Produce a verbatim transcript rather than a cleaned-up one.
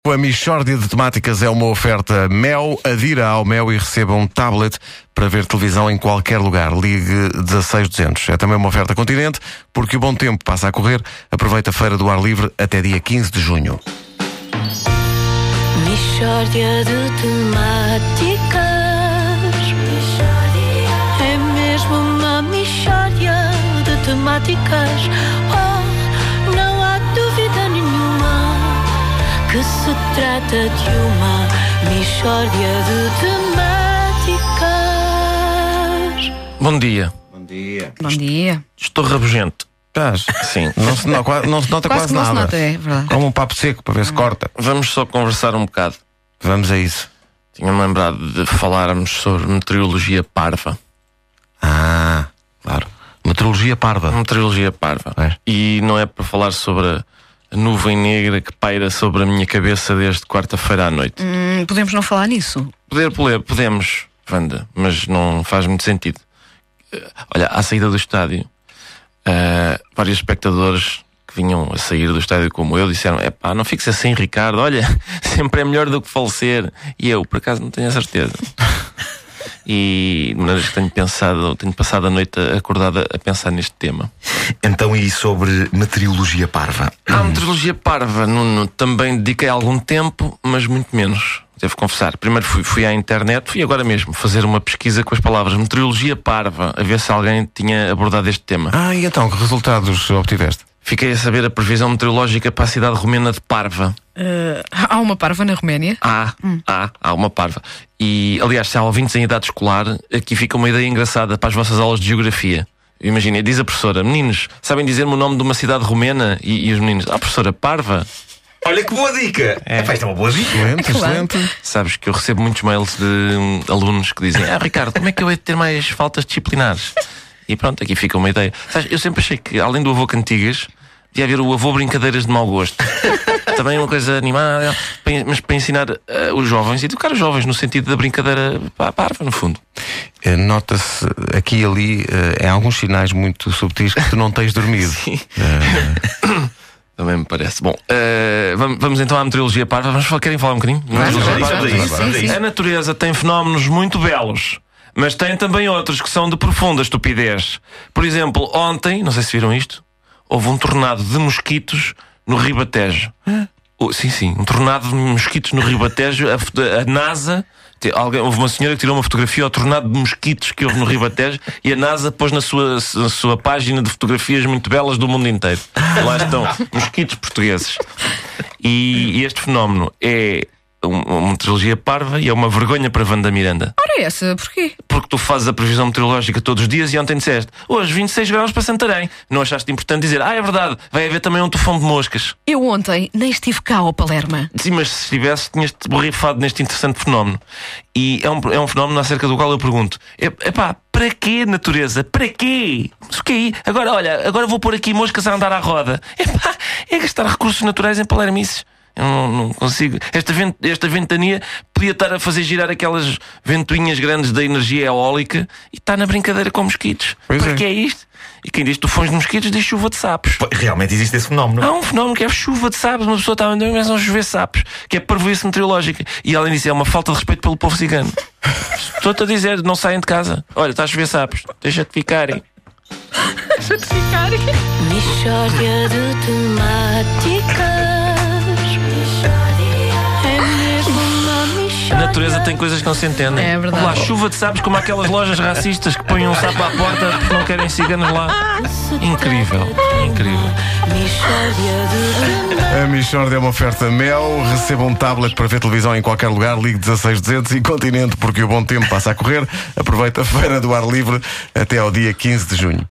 A Mixórdia de Temáticas é uma oferta Mel. Adira ao Mel e receba um tablet para ver televisão em qualquer lugar. Ligue dezasseis duzentos. É também uma oferta Continente, porque o bom tempo passa a correr. Aproveita a Feira do Ar Livre até dia quinze de junho. Mixórdia de Temáticas. É mesmo uma mixórdia de temáticas. Oh, não há dúvida nenhuma que se trata de uma mixórdia de temáticas. Bom dia. Bom dia. Bom dia. Estou rabugento. Estás? Sim. Não se, não, não se nota quase, Quase que não se nada. nota, é verdade. Como um papo seco para ver se corta. Vamos só conversar um bocado. Vamos a isso. Tinha-me lembrado de falarmos sobre meteorologia parva. Ah, claro. Meteorologia parva. Meteorologia parva. É. E não é para falar sobre a a nuvem negra que paira sobre a minha cabeça desde quarta-feira à noite. Hum, podemos não falar nisso? Poder, poder, podemos, Wanda, mas não faz muito sentido. Uh, Olha, à saída do estádio, uh, vários espectadores que vinham a sair do estádio como eu disseram: é pá, não fiques assim, Ricardo, olha, sempre é melhor do que falecer. E eu, por acaso, não tenho a certeza. E de maneira que tenho pensado, tenho passado a noite acordada a pensar neste tema. Então, e sobre meteorologia parva? A meteorologia parva, Nuno, também dediquei algum tempo, mas muito menos, devo confessar. Primeiro fui, fui à internet, fui agora mesmo fazer uma pesquisa com as palavras meteorologia parva, a ver se alguém tinha abordado este tema. Ah, e então, que resultados obtiveste? Fiquei a saber a previsão meteorológica para a cidade romena de Parva. Uh, há uma parva na Roménia? Há, há, há uma parva. E, aliás, se há ouvintes em idade escolar, aqui fica uma ideia engraçada para as vossas aulas de geografia. Imagina, diz a professora: meninos, sabem dizer-me o nome de uma cidade romena? E, e os meninos: ah, professora, Parva. Olha que boa dica! É, Epá, isto é uma boa dica. Excelente, Claro. excelente. Sabes que eu recebo muitos mails de hum, alunos que dizem: ah, Ricardo, como é que eu hei de ter mais faltas disciplinares? E pronto, aqui fica uma ideia. Sabes, eu sempre achei que, além do avô Cantigas, devia haver o avô Brincadeiras de Mau Gosto. Também uma coisa animada, mas para ensinar uh, os jovens, e educar os jovens no sentido da brincadeira parva, no fundo. Eh, Nota-se aqui e ali eh, em alguns sinais muito subtis que tu não tens dormido. Sim. Eh, Também me parece. Bom, uh, vamos, vamos então à meteorologia parva. Vamos falar, querem falar um bocadinho? Vamos, Meteorologia vamos, parva? vamos, sim, sim. A natureza tem fenómenos muito belos, mas tem também outros que são de profunda estupidez. Por exemplo, ontem, não sei se viram isto, houve um tornado de mosquitos no Ribatejo. Oh, sim, sim, um tornado de mosquitos no Ribatejo. A, foto- a NASA, te- alguém, houve uma senhora que tirou uma fotografia ao tornado de mosquitos que houve no Ribatejo e a NASA pôs na sua, na sua página de fotografias muito belas do mundo inteiro. Lá estão, mosquitos portugueses. E, e este fenómeno é um- uma meteorologia parva e é uma vergonha para Wanda Miranda. Ora, essa, porquê? Porque tu fazes a previsão meteorológica todos os dias e ontem disseste: hoje vinte e seis graus para Santarém. Não achaste importante dizer: ah, é verdade, vai haver também um tufão de moscas? Eu ontem nem estive cá ao Palerma. Sim, mas se estivesse, tinhas-te borrifado neste interessante fenómeno. E é um, é um fenómeno acerca do qual eu pergunto: epá, para quê, natureza? Para quê? Mas o que é aí? Agora, olha, agora vou pôr aqui moscas a andar à roda. Epá, é gastar recursos naturais em palermices. Eu não, não consigo. Esta, vent, esta ventania podia estar a fazer girar aquelas ventoinhas grandes da energia eólica e está na brincadeira com mosquitos. Pois Para é. que é isto? E quem diz tufões de mosquitos diz chuva de sapos. Pô, realmente existe esse fenómeno. Há um fenómeno que é chuva de sapos. Uma pessoa está a andar e começam a chover sapos, que é parvoíce meteorológica. E além disso é uma falta de respeito pelo povo cigano. Estou-te a dizer, não saem de casa. Olha, está a chover sapos, deixa-te ficarem. Deixa-te ficar. Mixórdia de temáticas. É mesmo uma A mixórdia. natureza tem coisas que não se entendem. É verdade. Lá, chuva de sapos, como aquelas lojas racistas que põem um sapo à porta porque não querem ciganos lá. Incrível, incrível. Mixórdia de A Mixórdia é uma oferta Mel. Receba um tablet para ver televisão em qualquer lugar. Ligue dezasseis duzentos e Continente, porque o bom tempo passa a correr. Aproveita a Feira do Ar Livre até ao dia quinze de junho.